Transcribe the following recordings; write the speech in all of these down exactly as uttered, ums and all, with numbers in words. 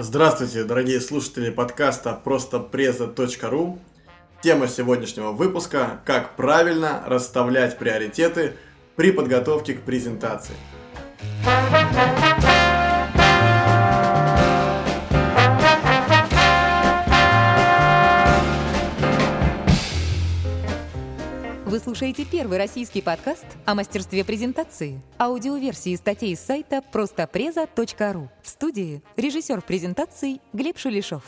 Здравствуйте, дорогие слушатели подкаста просто преза точка ру. Тема сегодняшнего выпуска – как правильно расставлять приоритеты при подготовке к презентации. Вы слушаете первый российский подкаст о мастерстве презентации. Аудиоверсии статей с сайта просто преза точка ру. В студии режиссер презентаций Глеб Шулешов.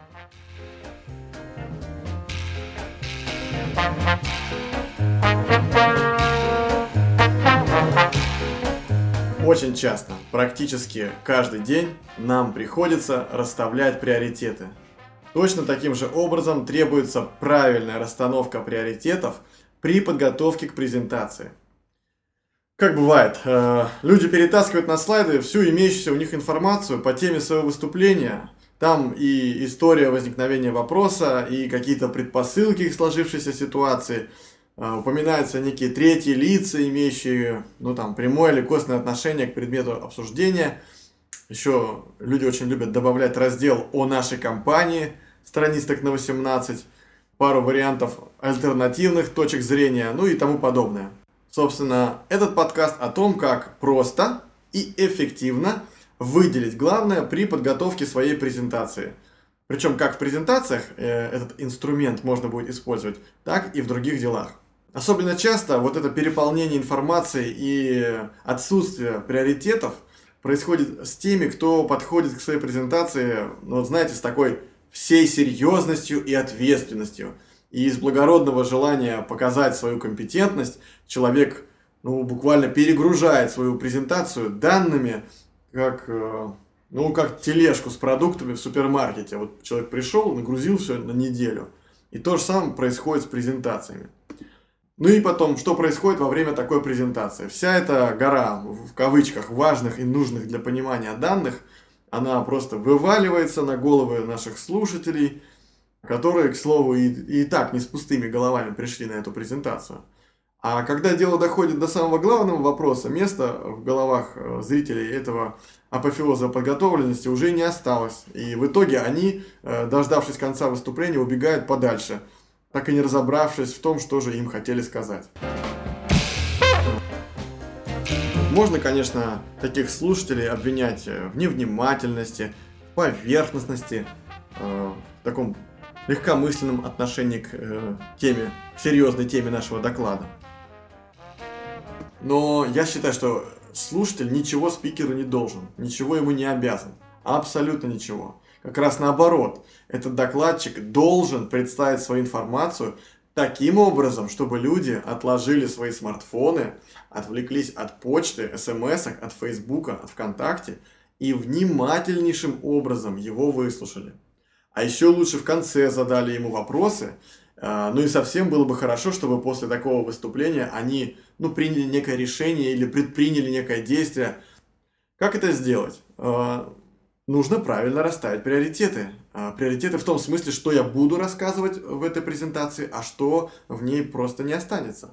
Очень часто, практически каждый день, нам приходится расставлять приоритеты. Точно таким же образом требуется правильная расстановка приоритетов при подготовке к презентации. Как бывает, люди перетаскивают на слайды всю имеющуюся у них информацию по теме своего выступления. Там и история возникновения вопроса, и какие-то предпосылки к сложившейся ситуации. Упоминаются некие третьи лица, имеющие ну, там, прямое или косвенное отношение к предмету обсуждения. Еще люди очень любят добавлять раздел о нашей компании, страниц так на восемнадцать. Пару вариантов альтернативных точек зрения, ну и тому подобное. Собственно, этот подкаст о том, как просто и эффективно выделить главное при подготовке своей презентации. Причем как в презентациях э, этот инструмент можно будет использовать, так и в других делах. Особенно часто вот это переполнение информацией и отсутствие приоритетов происходит с теми, кто подходит к своей презентации, ну, вот знаете, с такой всей серьезностью и ответственностью. И из благородного желания показать свою компетентность человек ну, буквально перегружает свою презентацию данными, как, ну, как тележку с продуктами в супермаркете. Вот человек пришел, нагрузил все на неделю. И то же самое происходит с презентациями. Ну и потом, что происходит во время такой презентации? Вся эта гора, в кавычках, важных и нужных для понимания данных, она просто вываливается на головы наших слушателей, которые, к слову, и, и так не с пустыми головами пришли на эту презентацию. А когда дело доходит до самого главного вопроса, места в головах зрителей этого апофеоза подготовленности уже не осталось. И в итоге они, дождавшись конца выступления, убегают подальше, так и не разобравшись в том, что же им хотели сказать. Можно, конечно, таких слушателей обвинять в невнимательности, в поверхностности, в таком легкомысленном отношении к теме, к серьезной теме нашего доклада. Но я считаю, что слушатель ничего спикеру не должен, ничего ему не обязан, абсолютно ничего. Как раз наоборот, этот докладчик должен представить свою информацию таким образом, чтобы люди отложили свои смартфоны, отвлеклись от почты, смс-ок, от фейсбука, от ВКонтакте и внимательнейшим образом его выслушали. А еще лучше в конце задали ему вопросы. Ну и совсем было бы хорошо, чтобы после такого выступления они ну, приняли некое решение или предприняли некое действие. Как это сделать? Нужно правильно расставить приоритеты. Приоритеты в том смысле, что я буду рассказывать в этой презентации, а что в ней просто не останется.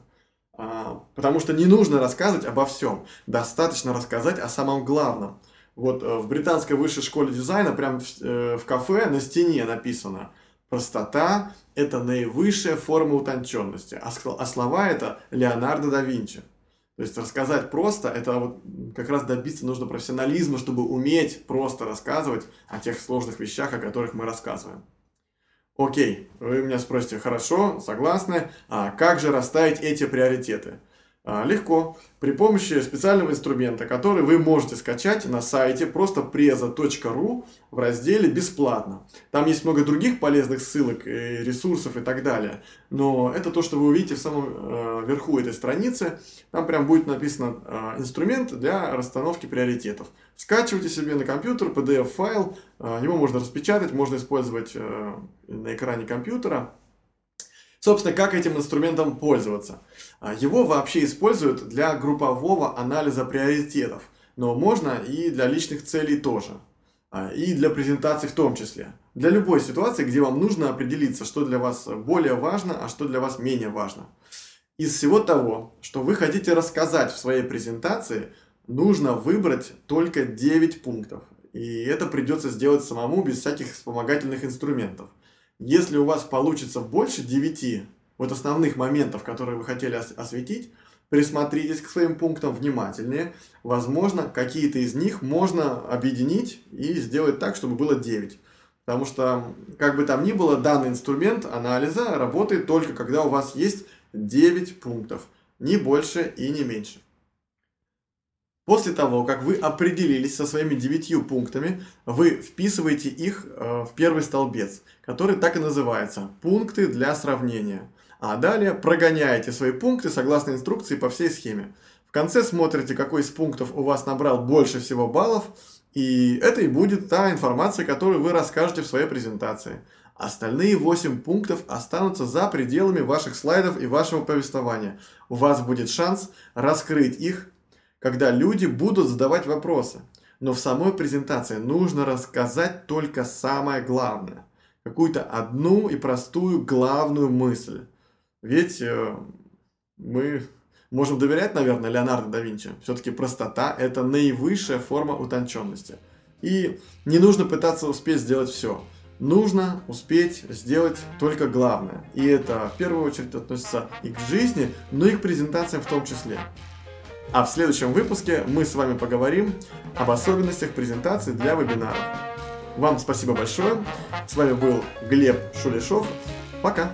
Потому что не нужно рассказывать обо всем. Достаточно рассказать о самом главном. Вот в британской высшей школе дизайна прям в кафе на стене написано: простота – это наивысшая форма утонченности, а слова – это Леонардо да Винчи. То есть рассказать просто – это вот как раз добиться нужно профессионализма, чтобы уметь просто рассказывать о тех сложных вещах, о которых мы рассказываем. Окей, вы меня спросите: хорошо, согласны, а как же расставить эти приоритеты? А, легко, при помощи специального инструмента, который вы можете скачать на сайте просто преза точка ру в разделе «Бесплатно». Там есть много других полезных ссылок, и ресурсов и так далее. Но это то, что вы увидите в самом э, верху этой страницы. Там прям будет написано э, инструмент для расстановки приоритетов. Скачивайте себе на компьютер пи ди эф-файл, э, его можно распечатать, можно использовать э, на экране компьютера. Собственно, как этим инструментом пользоваться? Его вообще используют для группового анализа приоритетов, но можно и для личных целей тоже, и для презентаций в том числе. Для любой ситуации, где вам нужно определиться, что для вас более важно, а что для вас менее важно. Из всего того, что вы хотите рассказать в своей презентации, нужно выбрать только девять пунктов. И это придется сделать самому без всяких вспомогательных инструментов. Если у вас получится больше девяти вот основных моментов, которые вы хотели ос- осветить, присмотритесь к своим пунктам внимательнее. Возможно, какие-то из них можно объединить и сделать так, чтобы было девять. Потому что, как бы там ни было, данный инструмент анализа работает только когда у вас есть девять пунктов. Ни больше и не меньше. После того, как вы определились со своими девятью пунктами, вы вписываете их э, в первый столбец, который так и называется «Пункты для сравнения». А далее прогоняете свои пункты согласно инструкции по всей схеме. В конце смотрите, какой из пунктов у вас набрал больше всего баллов, и это и будет та информация, которую вы расскажете в своей презентации. Остальные восемь пунктов останутся за пределами ваших слайдов и вашего повествования. У вас будет шанс раскрыть их, когда люди будут задавать вопросы. Но в самой презентации нужно рассказать только самое главное. Какую-то одну и простую главную мысль. Ведь э, мы можем доверять, наверное, Леонардо да Винчи. Все-таки простота – это наивысшая форма утонченности. И не нужно пытаться успеть сделать все. Нужно успеть сделать только главное. И это в первую очередь относится и к жизни, но и к презентациям в том числе. А в следующем выпуске мы с вами поговорим об особенностях презентации для вебинаров. Вам спасибо большое. С вами был Глеб Шулешов. Пока!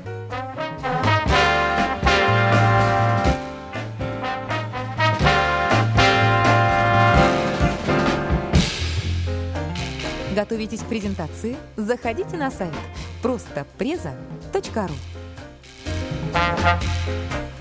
Готовитесь к презентации? Заходите на сайт просто преза точка ру.